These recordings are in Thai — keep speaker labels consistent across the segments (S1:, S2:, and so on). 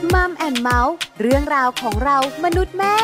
S1: มัมแอนด์เมาส์เรื่องราวของเรามนุษย์แม่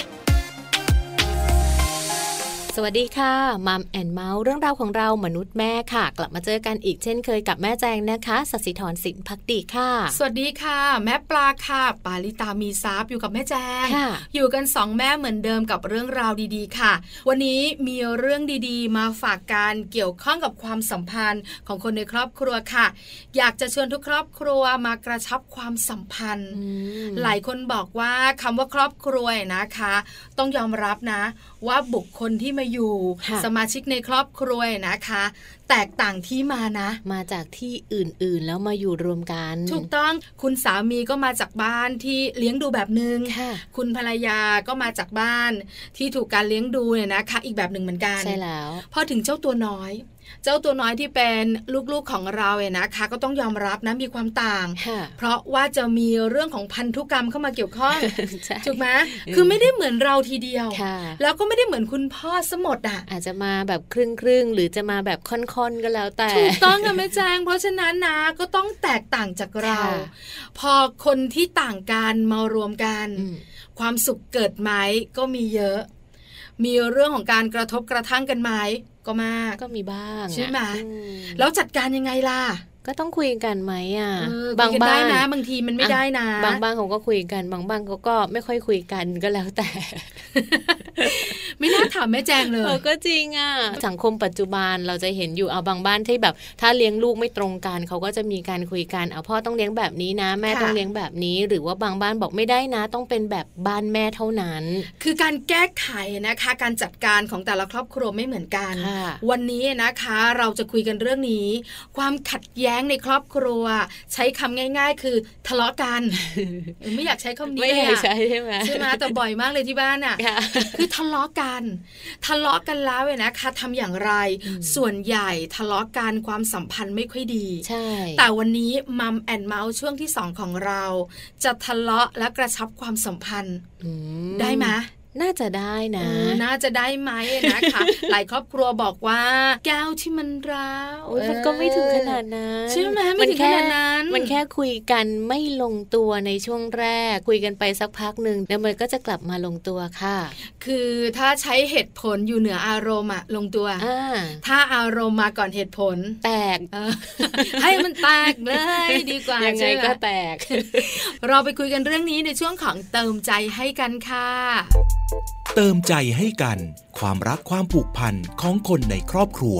S2: สวัสดีค่ะมัมแอนด์เมาส์เรื่องราวของเรามนุษย์แม่ค่ะกลับมาเจอกันอีกเช่นเคยกับแม่แจงนะคะศศิธรสินภักดีค่ะ
S3: สวัสดีค่ะแม่ปลาค่ะปาลิตามีซับอยู่กับแม่แจงอยู่กัน2แม่เหมือนเดิมกับเรื่องราวดีๆค่ะวันนี้มีเรื่องดีๆมาฝากกันเกี่ยวข้องกับความสัมพันธ์ของคนในครอบครัวค่ะอยากจะชวนทุกครอบครัวมากระชับความสัมพันธ์หลายคนบอกว่าคำว่าครอบครัวนะคะต้องยอมรับนะว่าบุคคลที่มาอยู่สมาชิกในครอบครัวนะคะแตกต่างที่มานะ
S2: มาจากที่อื่นๆแล้วมาอยู่รวมกัน
S3: ถูกต้องคุณสามีก็มาจากบ้านที่เลี้ยงดูแบบนึงคุณภรรยาก็มาจากบ้านที่ถูกการเลี้ยงดูเนี่ยนะคะอีกแบบนึงเหมือนกัน
S2: ใช่แล้ว
S3: พอถึงเจ้าตัวน้อยที่เป็นลูกๆของเราเนี่ยนะคะก็ต้องยอมรับนะมีความต่างเพราะว่าจะมีเรื่องของพันธุกรรมเข้ามาเกี่ยวข้อง ถูกไหมคือไม่ได้เหมือนเราทีเดียวแล้วก็ไม่ได้เหมือนคุณพ่อสมดอ่ะ
S2: อาจจะมาแบบครึ่งหรือจะมาแบบค่อนๆก็แล้วแต่
S3: ถูกต้องค่ะแม่แจงเพราะฉะนั้นนะก็ต้องแตกต่างจากเราพอคนที่ต่างกันมารวมกันความสุขเกิดไหมก็มีเยอะมีเรื่องของการกระทบกระทั่งกันไหมก็มาก
S2: ก็มีบ้าง
S3: ใช่ไหมแล้วจัดการยังไงล่ะ
S2: ก็ต้องคุยกันไหมอ่ะ
S3: บางบ้านนะบางทีมันไม่ได้นะ
S2: บางบ้านเขาก็คุยกันบางบ้านเขาก็ไม่ค่อยคุยกันก็แล้วแต่
S3: ไม่น่าถามแม่แจงเลย
S2: ก็จริงอ่ะสังคมปัจจุบันเราจะเห็นอยู่เอาบางบ้านที่แบบถ้าเลี้ยงลูกไม่ตรงกันเขาก็จะมีการคุยกันเอาพ่อต้องเลี้ยงแบบนี้นะแม่ต้องเลี้ยงแบบนี้หรือว่าบางบ้านบอกไม่ได้นะต้องเป็นแบบบ้านแม่เท่านั้น
S3: คือการแก้ไขนะคะการจัดการของแต่ละครอบครัวไม่เหมือนกันวันนี้นะคะเราจะคุยกันเรื่องนี้ความขัดแย้งในครอบครัวใช้คำง่ายๆคือทะเลาะกันไม่อยากใช้คำนี้
S2: ไม่อยากใช้ใช่ไหม
S3: แต่บ่อยมากเลยที่บ้านอ่ะคือทะเลาะกันแล้วเนี่ยนะคะทำอย่างไรส่วนใหญ่ทะเลาะกันความสัมพันธ์ไม่ค่อยดี
S2: ใช่
S3: แต่วันนี้มัมแอนด์เมาส์ช่วงที่2ของเราจะทะเลาะและกระชับความสัมพันธ์ได้ไหม
S2: น่าจะได้นะ
S3: น่าจะได้ไหมนะคะ หลายครอบครัวบอกว่าแก้วที่มันร้าว
S2: มันก็ไม่ถึงขนาดนั้น
S3: ใช่ไหมไม่ถึงขนาดนั้น
S2: มันแค่คุยกันไม่ลงตัวในช่วงแรกคุยกันไปสักพักนึงแล้วมันก็จะกลับมาลงตัวค่ะ
S3: คือถ้าใช้เหตุผลอยู่เหนืออารมณ์อะลงตัวถ้าอารมณ์มาก่อนเหตุผล
S2: แตก
S3: ให้มันแตกเลยดีกว่า
S2: ยังไงก็แตก
S3: เราไปคุยกันเรื่องนี้ในช่วงของเติมใจให้กันค่ะ
S4: เติมใจให้กันความรักความผูกพันของคนในครอบครัว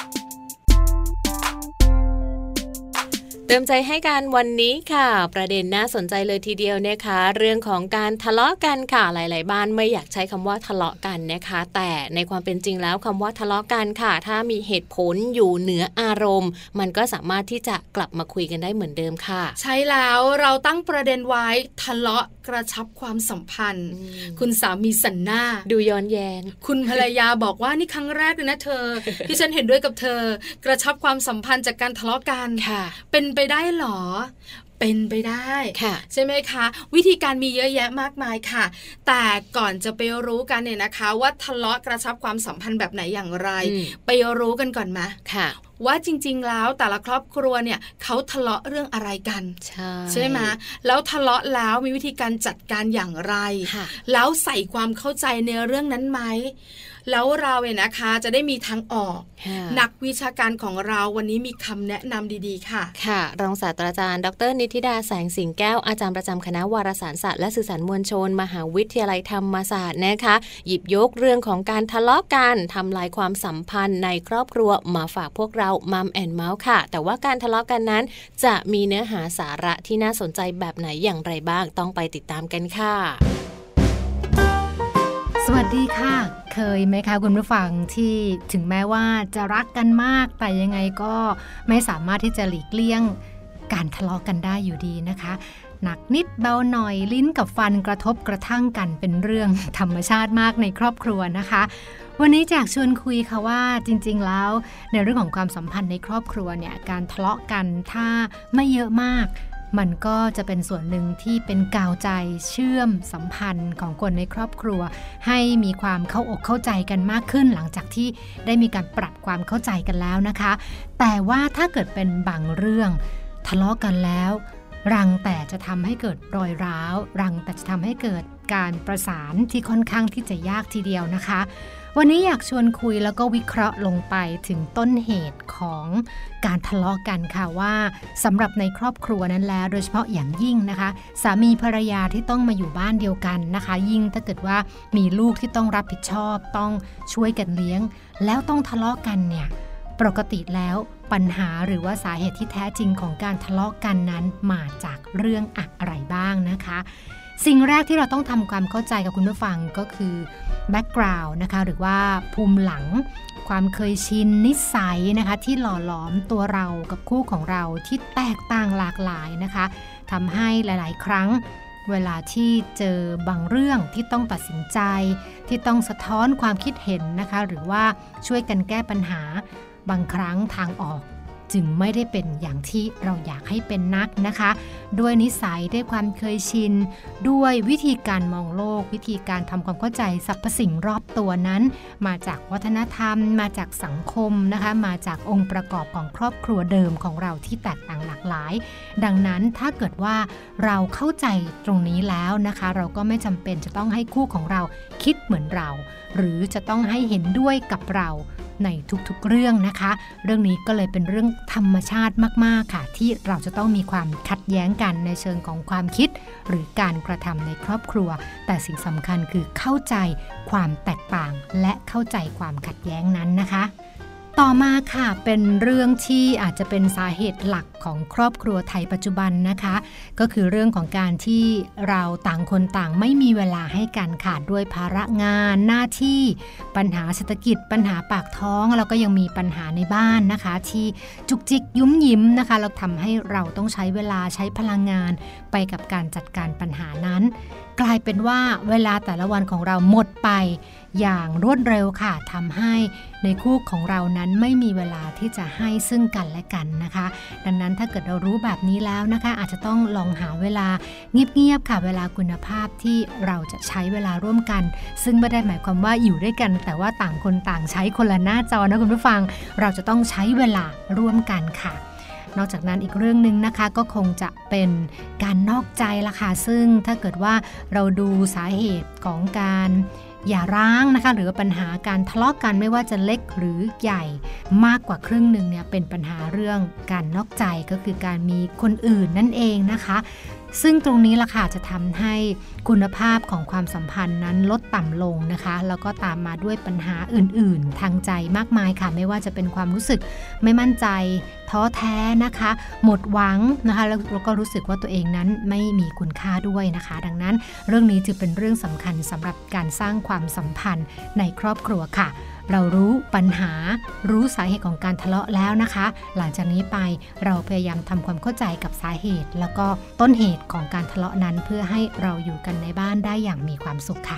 S2: เติมใจให้กันวันนี้ค่ะประเด็นน่าสนใจเลยทีเดียวนะคะเรื่องของการทะเลาะกันค่ะหลายๆบ้านไม่อยากใช้คำว่าทะเลาะกันนะคะแต่ในความเป็นจริงแล้วคำว่าทะเลาะกันค่ะถ้ามีเหตุผลอยู่เหนืออารมณ์มันก็สามารถที่จะกลับมาคุยกันได้เหมือนเดิมค่ะ
S3: ใช่แล้วเราตั้งประเด็นไว้ทะเลาะกระชับความสัมพันธ์คุณสามีสันหน้า
S2: ดูย้อนแย้ง
S3: คุณภรรยาบอกว่านี่ครั้งแรกเลยนะเธอ ที่ฉันเห็นด้วยกับเธอกระชับความสัมพันธ์จากการทะเลาะกันเป็นไปได้หรอเป็นไปได้ใช่ไหมคะวิธีการมีเยอะแยะมากมายค่ะแต่ก่อนจะไปรู้กันเนี่ยนะคะว่าทะเลาะกระชับความสัมพันธ์แบบไหนอย่างไรไปรู้กันก่อนไหมว่าจริงๆแล้วแต่ละครอบครัวเนี่ยเขาทะเลาะเรื่องอะไรกันใช่ไหมแล้วทะเลาะแล้วมีวิธีการจัดการอย่างไรแล้วใส่ความเข้าใจในเรื่องนั้นไหมแล้วเราเนี่ยนะคะจะได้มีทางออกนักวิชาการของเราวันนี้มีคำแนะนำดีๆค่ะ
S2: ค่ะรองศาสตราจารย์ดร.นิติดาแสงสิงแก้วอาจารย์ประจำคณะวารสารศาสตร์และสื่อสารมวลชนมหาวิทยาลัยธรรมศาสตร์นะคะหยิบยกเรื่องของการทะเลาะกันทำลายความสัมพันธ์ในครอบครัวมาฝากพวกเรามัมแอนด์เมาส์ค่ะแต่ว่าการทะเลาะกันนั้นจะมีเนื้อหาสาระที่น่าสนใจแบบไหนอย่างไรบ้างต้องไปติดตามกันค่ะ
S5: สวัสดีค่ะเคยไหมคะคุณผู้ฟังที่ถึงแม้ว่าจะรักกันมากแต่ยังไงก็ไม่สามารถที่จะหลีกเลี่ยงการทะเลาะกันได้อยู่ดีนะคะหนักนิดเบาหน่อยลิ้นกับฟันกระทบกระทั่งกันเป็นเรื่องธรรมชาติมากในครอบครัวนะคะวันนี้อยากชวนคุยค่ะว่าจริงๆแล้วในเรื่องของความสัมพันธ์ในครอบครัวเนี่ยการทะเลาะกันถ้าไม่เยอะมากมันก็จะเป็นส่วนหนึ่งที่เป็นกาวใจเชื่อมสัมพันธ์ของคนในครอบครัวให้มีความเข้าอกเข้าใจกันมากขึ้นหลังจากที่ได้มีการปรับความเข้าใจกันแล้วนะคะแต่ว่าถ้าเกิดเป็นบางเรื่องทะเลาะกันแล้วรังแต่จะทำให้เกิดรอยร้าวรังแต่จะทำให้เกิดการประสานที่ค่อนข้างที่จะยากทีเดียวนะคะวันนี้อยากชวนคุยแล้วก็วิเคราะห์ลงไปถึงต้นเหตุของการทะเลาะกันค่ะว่าสำหรับในครอบครัวนั้นแล้วโดยเฉพาะอย่างยิ่งนะคะสามีภรรยาที่ต้องมาอยู่บ้านเดียวกันนะคะยิ่งถ้าเกิดว่ามีลูกที่ต้องรับผิดชอบต้องช่วยกันเลี้ยงแล้วต้องทะเลาะกันเนี่ยปกติแล้วปัญหาหรือว่าสาเหตุที่แท้จริงของการทะเลาะกันนั้นมาจากเรื่องอะไรบ้างนะคะสิ่งแรกที่เราต้องทำความเข้าใจกับคุณผู้ฟังก็คือแบ็กกราวด์นะคะหรือว่าภูมิหลังความเคยชินนิสัยนะคะที่หล่อหลอมตัวเรากับคู่ของเราที่แตกต่างหลากหลายนะคะทำให้หลายๆครั้งเวลาที่เจอบางเรื่องที่ต้องตัดสินใจที่ต้องสะท้อนความคิดเห็นนะคะหรือว่าช่วยกันแก้ปัญหาบางครั้งทางออกจึงไม่ได้เป็นอย่างที่เราอยากให้เป็นนักนะคะด้วยนิสัยด้วยความเคยชินด้วยวิธีการมองโลกวิธีการทำความเข้าใจสรรพสิ่งรอบตัวนั้นมาจากวัฒนธรรมมาจากสังคมนะคะมาจากองค์ประกอบของครอบครัวเดิมของเราที่แตกต่างหลากหลายดังนั้นถ้าเกิดว่าเราเข้าใจตรงนี้แล้วนะคะเราก็ไม่จำเป็นจะต้องให้คู่ของเราคิดเหมือนเราหรือจะต้องให้เห็นด้วยกับเราในทุกๆเรื่องนะคะเรื่องนี้ก็เลยเป็นเรื่องธรรมชาติมากๆค่ะที่เราจะต้องมีความขัดแย้งกันในเชิงของความคิดหรือการกระทำในครอบครัวแต่สิ่งสำคัญคือเข้าใจความแตกต่างและเข้าใจความขัดแย้งนั้นนะคะต่อมาค่ะเป็นเรื่องที่อาจจะเป็นสาเหตุหลักของครอบครัวไทยปัจจุบันนะคะก็คือเรื่องของการที่เราต่างคนต่างไม่มีเวลาให้กันค่ะด้วยภาระงานหน้าที่ปัญหาเศรษฐกิจปัญหาปากท้องแล้วก็ยังมีปัญหาในบ้านนะคะที่จุกจิกยุ่มยิ้มนะคะแล้วทำให้เราต้องใช้เวลาใช้พลังงานไปกับการจัดการปัญหานั้นกลายเป็นว่าเวลาแต่ละวันของเราหมดไปอย่างรวดเร็วค่ะทำให้ในคู่ของเรานั้นไม่มีเวลาที่จะให้ซึ่งกันและกันนะคะดังนั้นถ้าเกิดเรารู้แบบนี้แล้วนะคะอาจจะต้องลองหาเวลาเงียบๆค่ะเวลาคุณภาพที่เราจะใช้เวลาร่วมกันซึ่งไม่ได้หมายความว่าอยู่ด้วยกันแต่ว่าต่างคนต่างใช้คนละหน้าจอนะคุณผู้ฟังเราจะต้องใช้เวลาร่วมกันค่ะนอกจากนั้นอีกเรื่องนึงนะคะก็คงจะเป็นการนอกใจละค่ะซึ่งถ้าเกิดว่าเราดูสาเหตุของการหย่าร้างนะคะหรือปัญหาการทะเลาะกันไม่ว่าจะเล็กหรือใหญ่มากกว่าครึ่งนึงเนี่ยเป็นปัญหาเรื่องการนอกใจก็คือการมีคนอื่นนั่นเองนะคะซึ่งตรงนี้ล่ะค่ะจะทำให้คุณภาพของความสัมพันธ์นั้นลดต่ำลงนะคะแล้วก็ตามมาด้วยปัญหาอื่นๆทางใจมากมายค่ะไม่ว่าจะเป็นความรู้สึกไม่มั่นใจท้อแท้นะคะหมดหวังนะคะแล้วก็รู้สึกว่าตัวเองนั้นไม่มีคุณค่าด้วยนะคะดังนั้นเรื่องนี้จึงเป็นเรื่องสำคัญสำหรับการสร้างความสัมพันธ์ในครอบครัวค่ะเรารู้ปัญหารู้สาเหตุของการทะเลาะแล้วนะคะหลังจากนี้ไปเราพยายามทำความเข้าใจกับสาเหตุแล้วก็ต้นเหตุของการทะเลาะนั้นเพื่อให้เราอยู่กันในบ้านได้อย่างมีความสุขค่ะ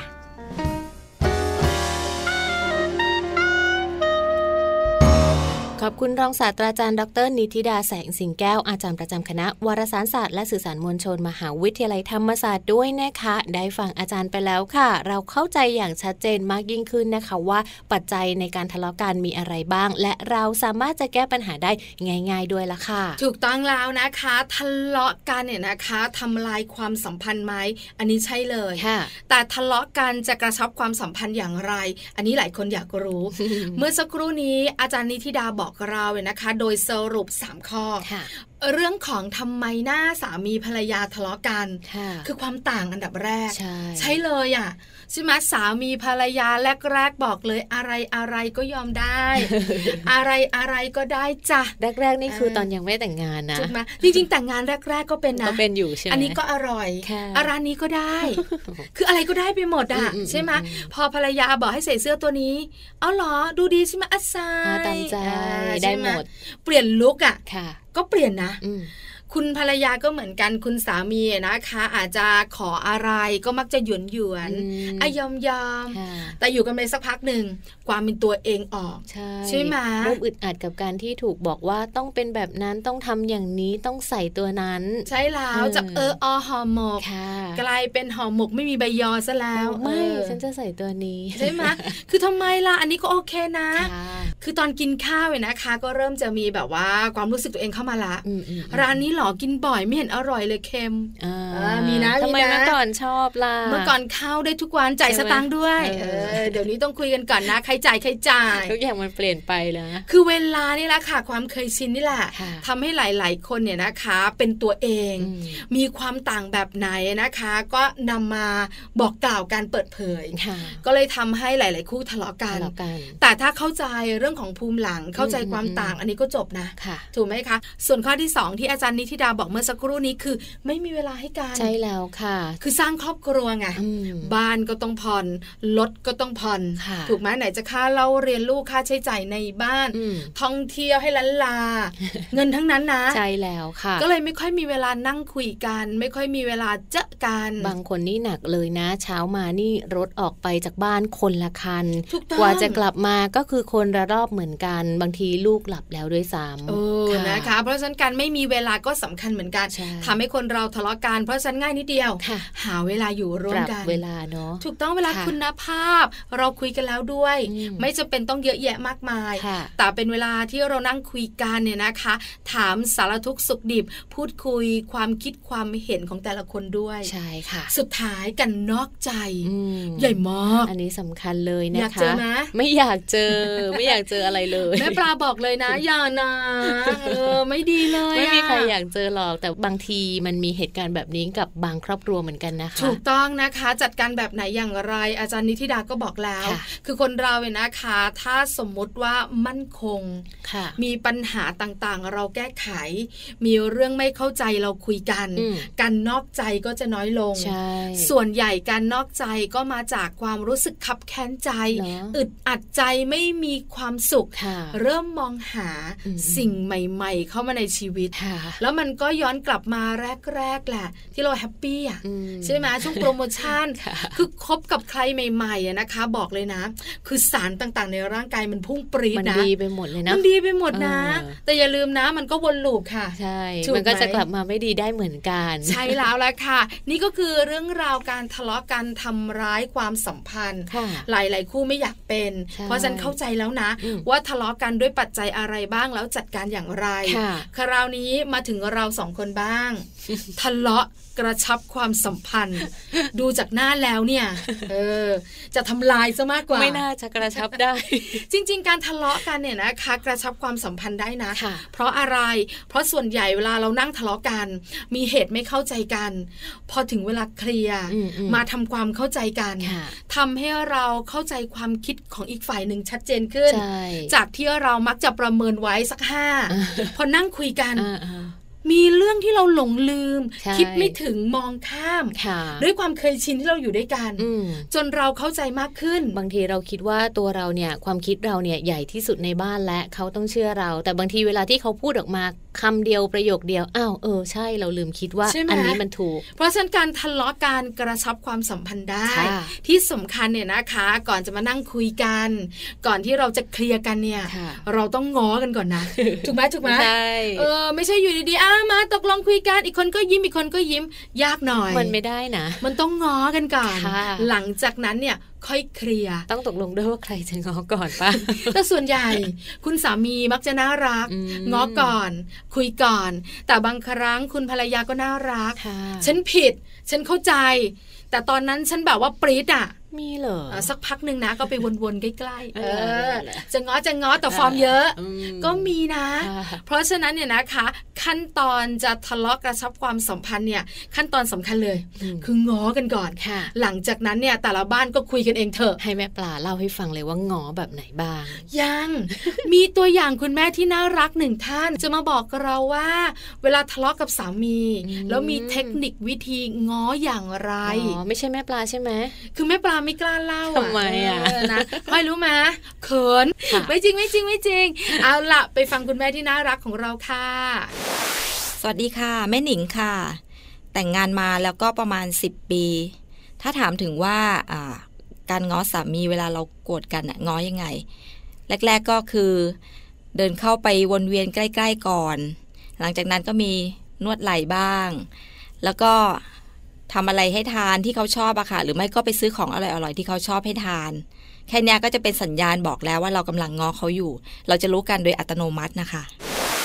S2: ขอบคุณรองศาสตราจารย์ดร.นิติดาแสงสิงแก้วอาจารย์ประจำคณะวารสารศาสตร์และสื่อสารมวลชนมหาวิทยาลัยธรรมศาสตร์ด้วยนะคะได้ฟังอาจารย์ไปแล้วค่ะเราเข้าใจอย่างชัดเจนมากยิ่งขึ้นนะคะว่าปัจจัยในการทะเลาะกันมีอะไรบ้างและเราสามารถจะแก้ปัญหาได้ง่ายๆด้วยละค่ะ
S3: ถูกต้องแล้วนะคะทะเลาะกันเนี่ยนะคะทำลายความสัมพันธ์ไหมอันนี้ใช่เลยแต่ทะเลาะกันจะกระชับความสัมพันธ์อย่างไรอันนี้หลายคนอยากรู้ เมื่อสักครู่นี้อาจารย์นิติดาบอกเราเนี่ยนะคะโดยสรุป3ข้อเรื่องของทำไมหน้าสามีภรรยาทะเลาะกันคือความต่างอันดับแรกใช่เลยอ่ะใช่ไหมสามีภรรยาแรกๆบอกเลยอะไรก็ยอมได้ อะไรก็ได้จ้ะ
S2: แรกๆนี่คือตอนยังไม่แต่งงานนะ
S3: ใช่ไหมจริงๆแต่งงานแรกๆก็เป็นนะ
S2: ก็เป็นอยู่ใช่ไหม
S3: อันนี้ก็อร่อยร้านนี้ก็ได้ คืออะไรก็ได้ไปหมดอ่ะใช่ไหมพอภรรยาบอกให้ใส่เสื้อตัวนี้เอาเหรอดูดีใช่ไหมอัศไซ
S2: ตามใจได้หมด
S3: เปลี่ยนลุคอ่ะก็เปลี่ยนนะคุณภรรยาก็เหมือนกันคุณสามีนะคะอาจจะขออะไรก็มักจะหยวนยอมแต่อยู่กันไปสักพักหนึ่งความเป็นตัวเองออกใช่ไหม
S2: เริ่มอึดอัดกับการที่ถูกบอกว่าต้องเป็นแบบนั้นต้องทำอย่างนี้ต้องใส่ตัวนั้น
S3: ใช่แล้วจากห่อหมกกลายเป็นห่อหมกไม่มีใบยอซะแล้ว
S2: ไม่ฉันจะใส่ตัวนี้
S3: ใช่ไหมคือทำไมล่ะอันนี้ก็โอเคนะคือตอนกินข้าวเนี่ยนะคะก็เริ่มจะมีแบบว่าความรู้สึกตัวเองเข้ามาละร้านนี้หรออกินบ่อยไม่เห็นอร่อยเลยเค็มมีนะ
S2: ทำไมเมื่อก่อนชอบล่ะ
S3: เมื่อก่อนเข้าได้ทุกวันจ่ายสตางค์ด้วยเดี๋ยวนี้ต้องคุยกันก่อนนะใครจ่าย
S2: ทุกอย่างมันเปลี่ยนไปแล้ว
S3: คือเวลานี่แหละค่ะความเคยชินนี่แหละทำให้หลายๆคนเนี่ยนะคะเป็นตัวเองมีความต่างแบบไหนนะคะก็นำมาบอกกล่าวการเปิดเผยก็เลยทำให้หลายๆคู่ทะเลาะกันแต่ถ้าเข้าใจเรื่องของภูมิหลังเข้าใจความต่างอันนี้ก็จบนะถูกไหมคะส่วนข้อที่2ที่อาจารย์นิธิดาบอกเมื่อสักครู่นี้คือไม่มีเวลาให้กัน
S2: ใช่แล้วค่ะ
S3: คือสร้างครอบครัวไงบ้านก็ต้องผ่อนรถก็ต้องผ่อนถูกไหมไหนจะค่าเล่าเรียนลูกค่าใช้จ่ายในบ้านท่องเที่ยวให้ล้านลาเงินทั้งนั้นนะ
S2: ใช่แล้วค่ะ
S3: ก็เลยไม่ค่อยมีเวลานั่งคุยกันไม่ค่อยมีเวลาเจอกัน
S2: บางคนนี่หนักเลยนะเช้ามานี่รถออกไปจากบ้านคนละคันกว่าจะกลับมาก็คือคนละรอบเหมือนกันบางทีลูกหลับแล้วด้วยซ้
S3: ำนะคะเพราะฉะนั้นการไม่มีเวลาก็สำคัญเหมือนกันทำให้คนเราทะเลาะกันเพราะฉะนั้นง่ายนิดเดียวหาเวลาอยู่ร่วมกัน
S2: เวลาเนาะ
S3: ถูกต้องเวลาคุณภาพเราคุยกันแล้วด้วยไม่จำเป็นต้องเยอะแยะมากมายแต่เป็นเวลาที่เรานั่งคุยกันเนี่ยนะคะถามสารทุกข์สุขดิบพูดคุยความคิดความเห็นของแต่ละคนด้วย
S2: ใช่ค่ะ
S3: สุดท้ายกันนอกใจใหญ่มาก
S2: อันนี้สำคัญเลยนะคะ
S3: อยากเจอไหม
S2: ไม่อยากเจอไม่อยากเจออะไรเลย
S3: แม่ปลาบอกเลยนะอย่านะไม่ดีเลย
S2: ไม่มีใครอยากเจอหรอกแต่บางทีมันมีเหตุการณ์แบบนี้กับบางครอบครัวเหมือนกันนะคะ
S3: ถูกต้องนะคะจัดการแบบไหนอย่างไรอาจารย์นิธิดาก็บอกแล้วคือคนเราเนี่ยนะคะถ้าสมมติว่ามั่นคงมีปัญหาต่างๆเราแก้ไขมีเรื่องไม่เข้าใจเราคุยกันการนอกใจก็จะน้อยลงส่วนใหญ่การนอกใจก็มาจากความรู้สึกคับแค้นใจอึดอัดใจไม่มีความสุขเริ่มมองหาสิ่งใหม่ๆเข้ามาในชีวิตแล้วมันก็ย้อนกลับมาแรกๆแหละที่เราแฮปปี้อ่ะใช่ไหมช่วงโปรโมชั่นคือคบกับใครใหม่ๆนะคะบอกเลยนะคือสารต่างๆในร่างกายมันพุ่งปรี๊ดนะ
S2: มันดีไปหมดเลยนะ
S3: มันดีไปหมดนะแต่อย่าลืมนะมันก็วนลูปค่ะ
S2: ใช่มันก็จะกลับมาไม่ดีได้เหมือนกัน
S3: ใช่แล้วแหละค่ะนี่ก็คือเรื่องราวการทะเลาะกันทำร้ายความสัมพันธ์หลายๆคู่ไม่อยากเป็นเพราะฉันเข้าใจแล้วนะว่าทะเลาะกันด้วยปัจจัยอะไรบ้างแล้วจัดการอย่างไรคราวนี้มาถึงเราสองคนบ้างทะเลาะกระชับความสัมพันธ์ดูจากหน้าแล้วเนี่ยจะทำลายซะมากกว่า
S2: ไม่น่าจะกระชับได้
S3: จริงๆการทะเลาะกันเนี่ยนะคะกระชับความสัมพันธ์ได้นะเพราะอะไรเพราะส่วนใหญ่เวลาเรานั่งทะเลาะกันมีเหตุไม่เข้าใจกันพอถึงเวลาเคลียร์มาทำความเข้าใจกันทำให้เราเข้าใจความคิดของอีกฝ่ายหนึ่งชัดเจนขึ้นจากที่เรามักจะประเมินไว้สัก5พอนั่งคุยกันมีเรื่องที่เราหลงลืมคิดไม่ถึงมองข้ามด้วยความเคยชินที่เราอยู่ด้วยกันจนเราเข้าใจมากขึ้น
S2: บางทีเราคิดว่าตัวเราเนี่ยความคิดเราเนี่ยใหญ่ที่สุดในบ้านและเขาต้องเชื่อเราแต่บางทีเวลาที่เขาพูดออกมาคำเดียวประโยคเดียวอ้าวใช่เราลืมคิดว่าอันนี้มันถูก
S3: เพราะฉะนั้นการทะเลาะการกระชับความสัมพันธ์ได้ที่สำคัญเนี่ยนะคะก่อนจะมานั่งคุยกันก่อนที่เราจะเคลียร์กันเนี่ยเราต้องง้อกันก่อนนะถูกไหม
S2: ใช่
S3: ไม่ใช่อยู่ดีๆมาตกลงคุยกันอีกคนก็ยิ้มอีกคนก็ยิ้มยากหน่อย
S2: มันไม่ได้นะ
S3: มันต้องง้อกันก่อนหลังจากนั้นเนี่ยค่อยเคลียร์
S2: ต้องตกลงด้วยว่าใครจะง้อก่อนป่ะ
S3: แต่ส่วนใหญ่คุณสามีมักจะน่ารักง้อก่อนคุยก่อนแต่บางครั้งคุณภรรยาก็น่ารักฉันผิดฉันเข้าใจแต่ตอนนั้นฉันแบบว่าปรี๊ด
S2: มีเหรอ
S3: สักพักนึงนะก็ไปวนๆใกล้ๆจะง้อแต่ฟอร์มเยอะก็มีนะเพราะฉะนั้นเนี่ยนะคะขั้นตอนจะทะเลาะกระชับความสัมพันธ์เนี่ยขั้นตอนสำคัญเลยคือง้อกันก่อนหลังจากนั้นเนี่ยแต่ละบ้านก็คุยกันเองเถอะ
S2: ให้แม่ปลาเล่าให้ฟังเลยว่าง้อแบบไหนบ้าง
S3: ยังมีตัวอย่างคุณแม่ที่น่ารักหนึ่งท่านจะมาบอกเราว่าเวลาทะเลาะกับสามีแล้วมีเทคนิควิธีง้ออย่างไร
S2: ไม่ใช่แม่ปลาใช่ไหม
S3: คือแม่ปลาไม่กล้าเล่า
S2: ทำไม
S3: นะพลอยรู้ไหมเขินไม่จริงเอาล่ะไปฟังคุณแม่ที่น่ารักของเราค่ะ
S6: สวัสดีค่ะแม่หนิงค่ะแต่งงานมาแล้วก็ประมาณ10 ปีถ้าถามถึงว่าการง้อสามีเวลาเราโกรธกันง้อยังไงแรกๆก็คือเดินเข้าไปวนเวียนใกล้ๆก่อนหลังจากนั้นก็มีนวดไหล่บ้างแล้วก็ทำอะไรให้ทานที่เขาชอบอะค่ะหรือไม่ก็ไปซื้อของอร่อยๆที่เขาชอบให้ทานแค่นี้ก็จะเป็นสัญญาณบอกแล้วว่าเรากำลังง้อเขาอยู่เราจะรู้กันโดยอัตโนมัตินะคะ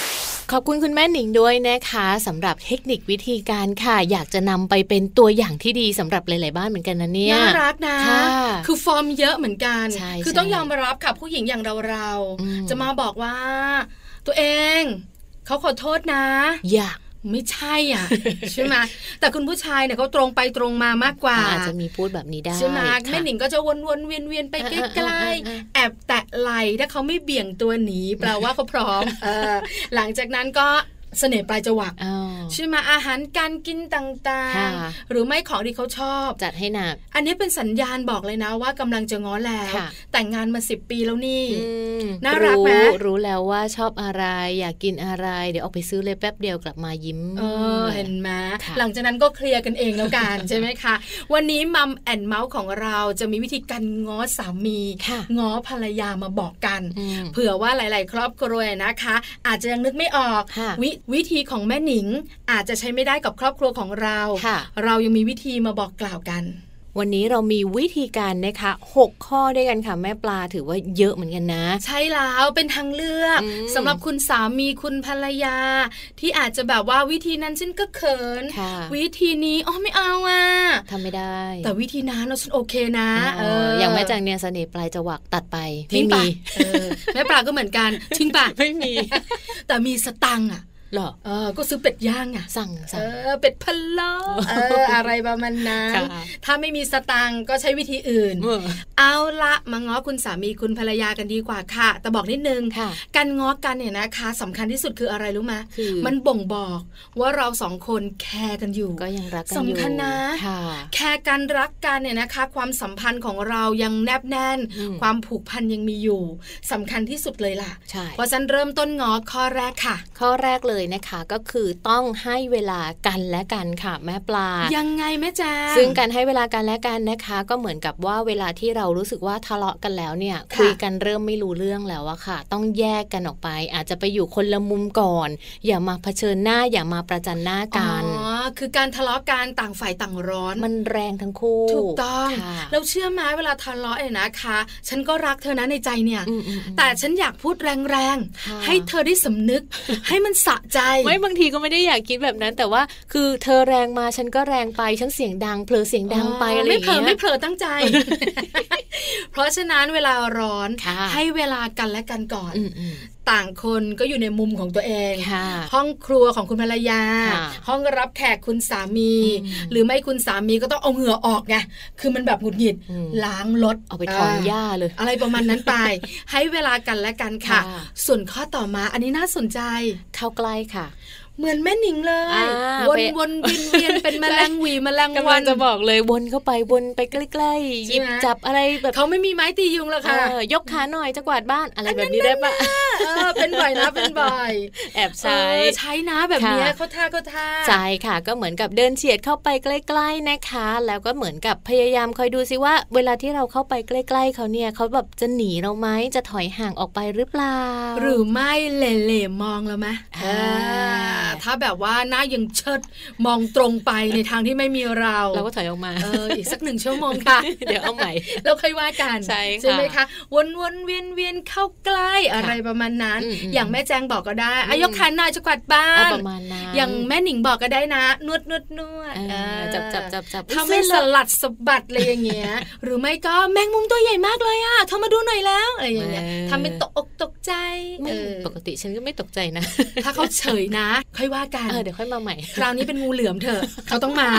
S2: ขอบคุณคุณแม่หนิงด้วยนะคะสำหรับเทคนิควิธีการค่ะอยากจะนำไปเป็นตัวอย่างที่ดีสำหรับหลายๆบ้านเหมือนกันนะเนี่ย
S3: น่ารักนะคือฟอร์มเยอะเหมือนกันคือต้องยอมรับค่ะผู้หญิงอย่างเราจะมาบอกว่าตัวเองเขาขอโทษนะ
S2: อยาก
S3: ไม่ใช่อ่ะ ใช่ไหมแต่คุณผู้ชายเนี่ยเขาตรงไปตรงมามากกว่า
S2: อาจจะมีพูดแบบนี้ได้
S3: ใช่ไหมแม่หนิงก็จะวนๆเวียนๆไปใกล้ๆแอบแตะไหล่ถ้าเขาไม่เบี่ยงตัวหนีแปลว่าเขาพร้อมหลังจากนั้นก็เสน่ห์ปลายจวักใช่ไหมอาหารการกินต่างๆหรือไม่ของที่เขาชอบ
S2: จัดให้หนัก
S3: อันนี้เป็นสัญญาณบอกเลยนะว่ากำลังจะง้อแล้วแต่งงานมา10 ปีแล้วนี่น่ารักไหม
S2: รู้แล้วว่าชอบอะไรอยากกินอะไรเดี๋ยวออกไปซื้อเลยแป๊บเดียวกลับมายิ้ม
S3: เห็นไหมหลังจากนั้นก็เคลียร์กันเองแล้วกันใช่ไหมคะวันนี้มัมแอนเมาส์ของเราจะมีวิธีการง้อสามีง้อภรรยามาบอกกันเผื่อว่าหลายๆครอบครัวนะคะอาจจะยังนึกไม่ออกวิธีของแม่หนิงอาจจะใช้ไม่ได้กับครอบครัวของเราเรายังมีวิธีมาบอกกล่าวกัน
S2: วันนี้เรามีวิธีการนะคะ6ข้อด้วยกันค่ะแม่ปลาถือว่าเยอะเหมือนกันนะ
S3: ใช่แล้วเป็นทางเลือกสำหรับคุณสามีคุณภรรยาที่อาจจะแบบว่าวิธีนั้นฉันก็เขินวิธีนี้ไม่เอาอ่ะ
S2: ทำไม่ได้
S3: แต่วิธีนั้นฉันโอเคนะ
S2: อย่างแม่จังเนี่ยเสน่ห์ปลายจวักตัดไปไม่มี
S3: แม่ปลาก็เหมือนกันทิ้งปะ
S2: ไม่มี
S3: แต่มีสตังค์อ่ะ
S2: หรอ
S3: ก็ซื้อเป็ดย่างอ่ะ
S2: สั่ง
S3: เป็ดพะโล้อะไรประมาณนั้นถ้าไม่มีสตังก็ใช้วิธีอื่นเอาละมาง้อคุณสามีคุณภรรยากันดีกว่าค่ะแต่บอกนิดนึงการง้อกันเนี่ยนะคะสำคัญที่สุดคืออะไรรู้ไหมมันบ่งบอกว่าเราสองคนแคร์กันอยู่
S2: ก็ยังรักกันอยู่
S3: สำคัญนะแคร์กันรักกันเนี่ยนะคะความสัมพันธ์ของเรายังแนบแน่นความผูกพันยังมีอยู่สำคัญที่สุดเลยล่ะเพราะฉะนั้นเริ่มต้นง้อข้อแรกค่ะ
S2: ข้อแรกเลยนะคะก็คือต้องให้เวลากันและกันค่ะแม่ปลา
S3: ยังไงแม่จ๋า
S2: ซึ่งการให้เวลากันและกันนะคะก็เหมือนกับว่าเวลาที่เรารู้สึกว่าทะเลาะกันแล้วเนี่ยคุยกันเริ่มไม่รู้เรื่องแล้วอะค่ะต้องแยกกันออกไปอาจจะไปอยู่คนละมุมก่อนอย่ามาเผชิญหน้าอย่ามาประจันหน้ากัน
S3: คือการทะเลาะกันต่างฝ่ายต่างร้อน
S2: มันแรงทั้งคู่
S3: ถูกต้องเราเชื่อไหมเวลาทะเลาะเนี่ยนะคะฉันก็รักเธอนะในใจเนี่ยแต่ฉันอยากพูดแรงๆให้เธอได้สำนึกให้มันสะใจ
S2: ไม่บางทีก็ไม่ได้อยากคิดแบบนั้นแต่ว่าคือเธอแรงมาฉันก็แรงไปฉันเสียงดังเผลอเสียงดังไปอะไรอย่างเงี้ย
S3: ไม่เผลอตั้งใจ เพราะฉะนั้นเวลาร้อนให้เวลากันและกันก่อนต่างคนก็อยู่ในมุมของตัวเองห้องครัวของคุณภรรยาห้องรับแขกคุณสามีหรือไม่คุณสามีก็ต้องเอาเหงื่อออกไงคือมันแบบหงุดหงิดล้างรถ
S2: เอาไปถอนหญ้าเลย
S3: อะไรประมาณนั้นไปให้เวลากันและกันค่ะส่วนข้อต่อมาอันนี้น่าสนใจ
S2: เข้าใกล้ค่ะ
S3: เหมือนแม่หนิงเลยวนเวียนเป็นแมลงวีแมลงวัน
S2: กำลังจะบอกเลยวนเข้าไปวนไปใกล้ๆหยิบจับอะไรแบบ
S3: เขาไม่มีไม้ตียุงหรอกค่ะ
S2: ยกขาหน่อยจะกวาดบ้านอะไรแบบนี้ได้ปะ
S3: เป็นบ่อยนะเป็นบ่อย
S2: แอบใ
S3: ช้นะแบบนี้เขาท่า
S2: ใช่ค่ะก็เหมือนกับเดินเฉียดเข้าไปใกล้ๆนะคะแล้วก็เหมือนกับพยายามคอยดูซิว่าเวลาที่เราเข้าไปใกล้ๆเขาเนี่ยเขาแบบจะหนีเราไหมจะถอยห่างออกไปหรือเปล่า
S3: หรือไม่เหล่ๆมองเราไหมถ้าแบบว่าหน้ายังเชิดมองตรงไปในทางที่ไม่มีเรา
S2: ก็ถอยออกมา
S3: อีกสัก1 ชั่วโมงค่ะ
S2: เดี๋ยวเอาใหม่
S3: แล้วค่อยว่ากัน
S2: ใช่
S3: ไหมคะวนเวียนเข้าใกล้อะไรประมาณนั้นอย่างแม่แจงบอกก็ได้ยกขาหน่อยจะกวาดบ้าน
S2: ประมาณนั้น
S3: อย่างแม่หนิงบอกก็ได้นะนวด
S2: จับ
S3: ทำให้สลัดสะบัดอะไรอย่างเงี้ยหรือไม่ก็แมงมุมตัวใหญ่มากเลยอ่ะเธอมาดูหน่อยแล้วอะไรอย่างเงี้ยทำเป็นตกอกตกใจ
S2: ปกติฉันก็ไม่ตกใจนะ
S3: ถ้าเขาเฉยนะค่อยว่ากัน
S2: เดี๋ยวค่อยมาใหม่
S3: คราวนี้เป็นงูเหลือมเถอะเขาต้องมา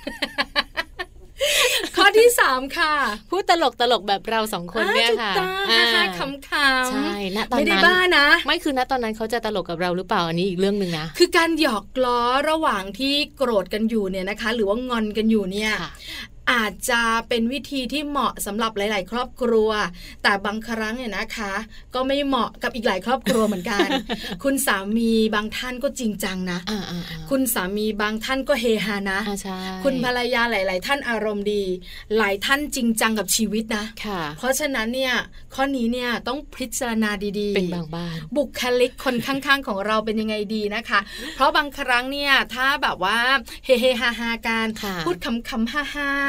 S3: ข้อที่3ค่ะ
S2: พูดตลกแบบเรา2คนเนี่ยค่ะ
S3: ขำๆ
S2: ใช่ณตอนนั้น
S3: ไม่ได้บ้านะ
S2: ไม่คือณตอนนั้นเขาจะตลกกับเราหรือเปล่าอันนี้อีกเรื่องนึงนะ
S3: คือการหยอกล้อระหว่างที่โกรธกันอยู่เนี่ยนะคะหรือว่างอนกันอยู่เนี่ยอาจจะเป็นวิธีที่เหมาะสำหรับหลายๆครอบครัวแต่บางครั้งเนี่ยนะคะก็ไม่เหมาะกับอีกหลายครอบครัวเหมือนกัน คุณสามีบางท่านก็จริงจังนะคุณสามีบางท่านก็เฮฮานะคุณภรรยาหลายๆท่านอารมณ์ดีหลายท่านจริงจังกับชีวิตนะเพราะฉะนั้นเนี่ยข้อนี้เนี่ยต้องพิจารณาดีๆ
S2: เป็นบางบ้าน
S3: บุคลิกคนข้างๆของเราเป็นยังไงดีนะคะเพราะบางครั้งเนี่ยถ้าแบบว่าเฮฮาๆกันพูดคำๆฮ่าๆ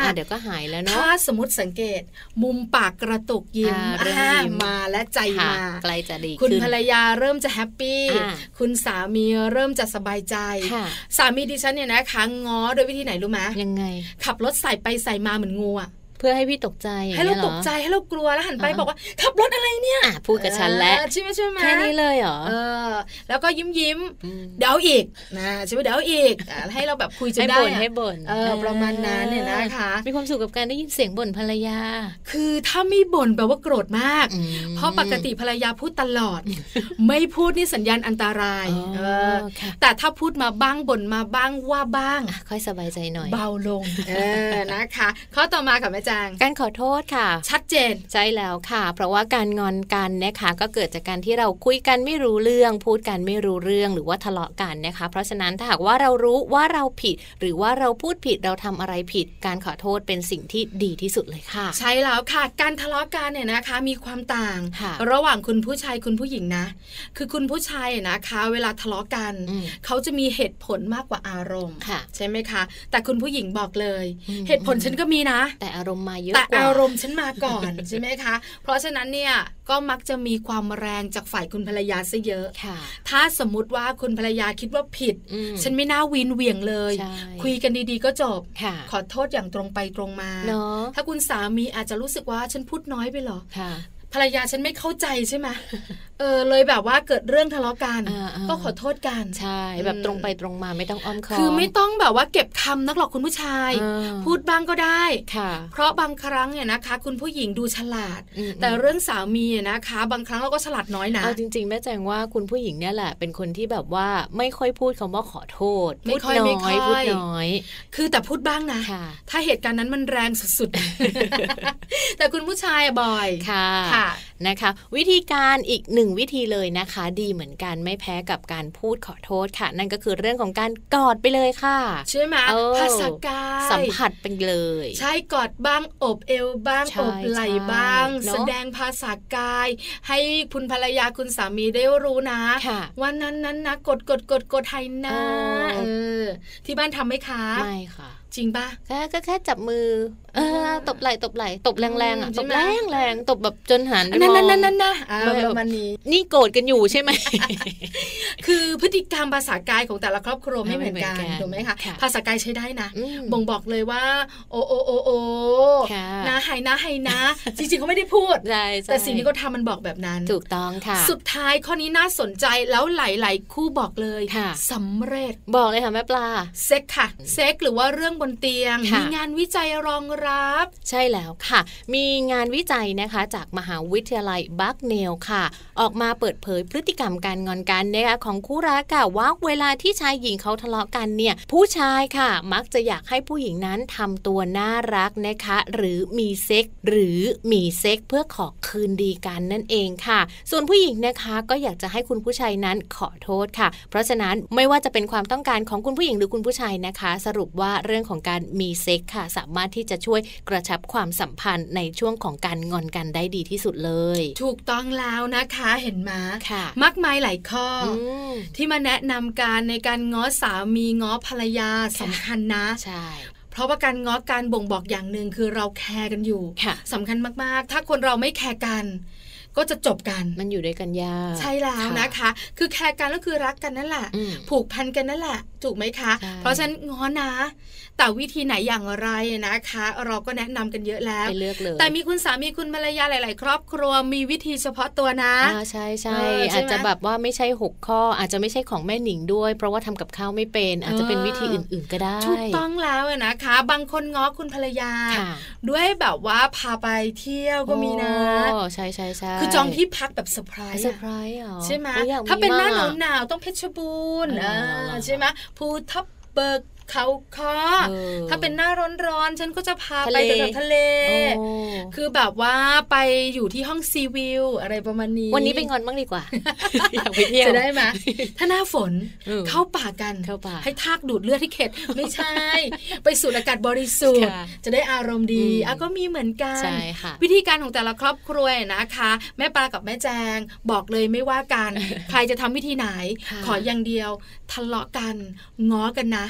S2: เดี๋ยวก็หายแล้วเนาะ
S3: ถ้าสมมติสังเกตมุมปากกระตุกยิ้มมาและใจมา
S2: ใกล้จะดี
S3: คุณภรรยาเริ่มจะแฮปปี้คุณสามีเริ่มจะสบายใจสามีดิฉันเนี่ยนะคะง้อโดยวิธีไหนรู้ไหม
S2: ยังไง
S3: ขับรถใส่ไปใส่มาเหมือนงูอะ
S2: เพื่อให้พี่ตกใจ
S3: ให้เราตกใจให้เรากลัวแล้วหันไปบอกว่าขับรถอะไรเนี่ย
S2: พูดกับฉันแล้ว
S3: ใช่ไหม
S2: แค่นี้เลยเหรอ
S3: แล้วก็ยิ้มเดี๋ยวอีกนะใช่ไหมเดี๋ยวอีกให้เราแบบคุยจนได้
S2: ให้บ่น
S3: ประมาณนั้นเนี่ยนะคะ
S2: มีความสุขกับการได้ยินเสียงบ่นภรรยา
S3: คือถ้าไม่บ่นแปลว่าโกรธมากเพราะปกติภรรยาพูดตลอดไม่พูดนี่สัญญาณอันตรายแต่ถ้าพูดมาบ้างบ่นมาบ้างว่าบ้าง
S2: ค่อยสบายใจหน่อย
S3: เบาลงนะคะข้อต่อมาค่ะแม่
S2: การขอโทษค่ะ
S3: ชัดเจน
S2: ใช่แล้วค่ะเพราะว่าการงอนกันนะคะก็เกิดจากการที่เราคุยกันไม่รู้เรื่องพูดกันไม่รู้เรื่องหรือว่าทะเลาะกันนะคะเพราะฉะนั้นถ้าหากว่าเรารู้ว่าเราผิดหรือว่าเราพูดผิดเราทำอะไรผิดการขอโทษเป็นสิ่งที่ดีที่สุดเลยค่ะ
S3: ใช่แล้วค่ะการทะเลาะกันเนี่ยนะคะมีความต่างระหว่างคุณผู้ชายคุณผู้หญิงนะคือคุณผู้ชายนะคะเวลาทะเลาะกันเขาจะมีเหตุผลมากกว่าอารมณ์ใช่ไหมคะแต่คุณผู้หญิงบอกเลยเหตุผลฉันก็มีนะ
S2: แต่อารมณ์มาเยอะ
S3: แต่อารมณ์ฉันมาก่อน ใช่ไหมคะเพราะฉะนั้นเนี่ยก็มักจะมีความแรงจากฝ่ายคุณภรรยาซะเยอะถ้าสมมุติว่าคุณภรรยาคิดว่าผิดฉันไม่น่าวีนเหวี่ยงเลยคุยกันดีๆก็จบขอโทษอย่างตรงไปตรงมาถ้าคุณสามีอาจจะรู้สึกว่าฉันพูดน้อยไปหรอภรรยาฉันไม่เข้าใจใช่ไหมเลยแบบว่าเกิดเรื่องทะเลาะกันก็ขอโทษกัน
S2: ใช่แบบตรงไปตรงมาไม่ต้องอ้อมค้อม
S3: คือไม่ต้องแบบว่าเก็บคำนักหรอกคุณผู้ชายพูดบ้างก็ได้เพราะบางครั้งเนี่ยนะคะคุณผู้หญิงดูฉลาดแต่เรื่องสามีนะคะบางครั้งเราก็ฉลาดน้อยนะ
S2: เอาจริงๆแม่แจงว่าคุณผู้หญิงเนี่ยแหละเป็นคนที่แบบว่าไม่ค่อยพูดคำว่าขอโทษ
S3: พูดน้
S2: อย
S3: คือแต่พูดบ้างนะถ้าเหตุการณ์นั้นมันแรงสุดๆแต่คุณผู้ชายบ่อย
S2: ค่ะนะคะวิธีการอีกหนึ่งวิธีเลยนะคะดีเหมือนกันไม่แพ้กับการพูดขอโทษค่ะนั่นก็คือเรื่องของการกอดไปเลยค่ะ
S3: ใช่ไหมภาษากาย
S2: สัมผัสไปเลย
S3: ใช่กอดบ้างอบเอวบ้างอบไหล่บ้างแสดงภาษากายให้คุณภรรยาคุณสามีได้รู้นะว่านั้นนะกดให้นะที่บ้านทำไหมคะ
S2: ไม่ค่ะ
S3: จริงป่ะ
S2: ก็แค่จับมือตบไหล่ตบแรงๆอ่ะตบแรงตบแบบจนหัน
S3: นั่นนะประมาณนี้
S2: นี่โกรธกันอยู่ใช่ไหม
S3: คือพฤติกรรมภาษากายของแต่ละครอบครัวไม่เหมือนกันถูกไหมคะภาษากายใช้ได้นะบ่งบอกเลยว่าโอนะให้นะจริงๆเขาไม่ได้พูดแต่สิ่งที่เขาทำมันบอกแบบนั้น
S2: ถูกต้องค่ะ
S3: สุดท้ายข้อนี้น่าสนใจแล้วหลายๆคู่บอกเลยสำเร็จ
S2: บอกเลยค่ะแม่ปลา
S3: เซ็กค่ะเซ็กหรือว่าเรื่องบนเตียงมีงานวิจัยรองรับ
S2: ใช่แล้วค่ะมีงานวิจัยนะคะจากมหาวิทยาลัยบัคเนลค่ะออกมาเปิดเผยพฤติกรรมการงอนกันนะคะของคู่รักค่ะว่าเวลาที่ชายหญิงเขาทะเลาะกันเนี่ยผู้ชายค่ะมักจะอยากให้ผู้หญิงนั้นทำตัวน่ารักนะคะหรือมีเซ็กเพื่อขอคืนดีกันนั่นเองค่ะส่วนผู้หญิงนะคะก็อยากจะให้คุณผู้ชายนั้นขอโทษค่ะเพราะฉะนั้นไม่ว่าจะเป็นความต้องการของคุณผู้หญิงหรือคุณผู้ชายนะคะสรุปว่าเรื่องของการมีเซ็กค่ะสามารถที่จะช่วยกระชับความสัมพันธ์ในช่วงของการงอนกันได้ดีที่สุดเลย
S3: ถูกต้องแล้วนะคะเห็นไหมมากมายหลายข้อที่มาแนะนำการในการง้อสามีง้อภรรยาสำคัญนะ
S2: ใช่
S3: เพราะว่าการง้อการบ่งบอกอย่างหนึ่งคือเราแคร์กันอยู่สำคัญมากๆถ้าคนเราไม่แคร์กันก็จะจบกัน
S2: มันอยู่ด้วยกันยาก
S3: ใช่แล้วนะคะคือแคร์กันก็คือรักกันนั่นแหละผูกพันกันนั่นแหละถูกไหมคะเพราะฉะนั้นง้อนะแต่วิธีไหนอย่างไรนะคะเราก็แนะนำกันเยอะแล้วแต่มีคุณสามีคุณภรรยาหลายๆครอบครัวมีวิธีเฉพาะตัวนะ
S2: ใช่ใช่อาจจะแบบว่าไม่ใช่6ข้ออาจจะไม่ใช่ของแม่หนิงด้วยเพราะว่าทำกับข้าวไม่เป็นอาจจะเป็นวิธีอื่นๆก็ได้
S3: ถูกต้องแล้วนะคะบางคนง้อคุณภรรยาด้วยแบบว่าพาไปเที่ยวก็มีนะ
S2: ใช่ใช่ใช่
S3: คือจองที่พักแบบเซอร์ไพรส์ใช่ไหมถ้าเป็นหน้าหนาวต้องเพชรบูรณ์ใช่ไหมภูทับเบิกเขาค้อถ้าเป็นหน้าร้อนๆฉันก็จะพาไปแถวทะเลคือแบบว่าไปอยู่ที่ห้องซีวิวอะไรประมาณนี้
S2: วันนี้ไปงอนบ้างดีกว่าอยากไปเที่ยว
S3: จะได้ไหมถ้าหน้าฝนเข้าป่ากันให้ทากดูดเลือดที่เข็ดไม่ใช่ไปสูดอากาศบริสุทธิ์จะได้อารมณ์ดีก็มีเหมือนกันวิธีการของแต่ละครอบครัวนะคะแม่ปลากับแม่แจงบอกเลยไม่ว่ากันใครจะทำวิธีไหนขออย่างเดียวทะเลาะกันง้อกันนะ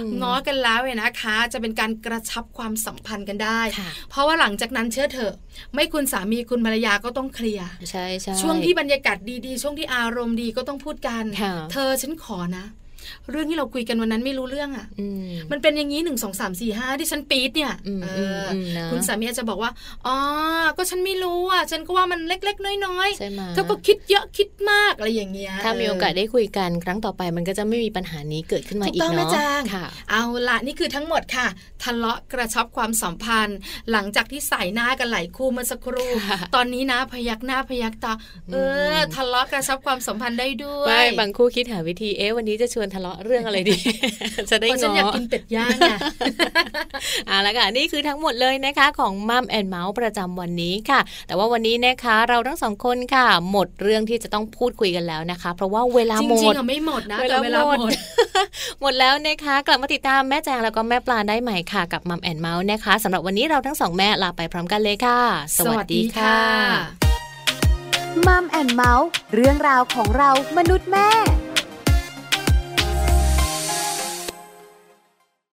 S3: ง้อกันแล้วเนี่ยนะคะจะเป็นการกระชับความสัมพันธ์กันได้เพราะว่าหลังจากนั้นเชื่อเถอะไม่คุณสามีคุณภรรยาก็ต้องเคลียร์
S2: ใช่
S3: ช่วงที่บรรยากาศดีๆช่วงที่อารมณ์ดีก็ต้องพูดกันเธอฉันขอนะเรื่องที่เราคุยกันวันนั้นไม่รู้เรื่องอ่ะมันเป็นอย่างนี้1 2 3 4 5ที่ฉันปี๊ดเนี่ยคุณสามีอาจจะบอกว่าอ๋อก็ฉันไม่รู้อ่ะฉันก็ว่ามันเล็กๆน้อยๆเธอก็คิดเยอะคิดมากอะไรอย่างเงี้ย
S2: ถ้ามีโอกาสได้คุยกันครั้งต่อไปมันก็จะไม่มีปัญหานี้เกิดขึ้นมาอีกเนาะถูกต้องนะจาง
S3: เอาละนี่คือทั้งหมดค่ะทะเลาะกระชับความสัมพันธ์หลังจากที่ใส่หน้ากันหลายคู่เมื่อสักครู่ตอนนี้นะพยักหน้าพยักตาทะเลาะกระชับความสัมพันธ์ได้ด้วย
S2: ไม่บางคู่คิดหาวิธีวันนี้จะชวนทะเลาะเรื่องอะไรดี จะได้ง้อ
S3: ฉันอยากกินเป็ดย่างอ่ะ
S2: แล้วค่ะนี่คือทั้งหมดเลยนะคะของมัมแอนด์เมาส์ประจำวันนี้ค่ะแต่ว่าวันนี้นะคะเราทั้งสองคนค่ะหมดเรื่องที่จะต้องพูดคุยกันแล้วนะคะเพราะว่าเวลาหมด
S3: จริงๆไม่หมดนะแต่เวลาหมด
S2: หมดแล้วนะคะกลับมาติดตามแม่แจงแล้วก็แม่ปลาได้ใหม่ค่ะกับมัมแอนด์เมาส์นะคะสำหรับวันนี้เราทั้งสองแม่ลาไปพร้อมกันเลยค่ะสวัสดีค่ะ
S1: มัมแอนด์เมาส์เรื่องราวของเรามนุษย์แม่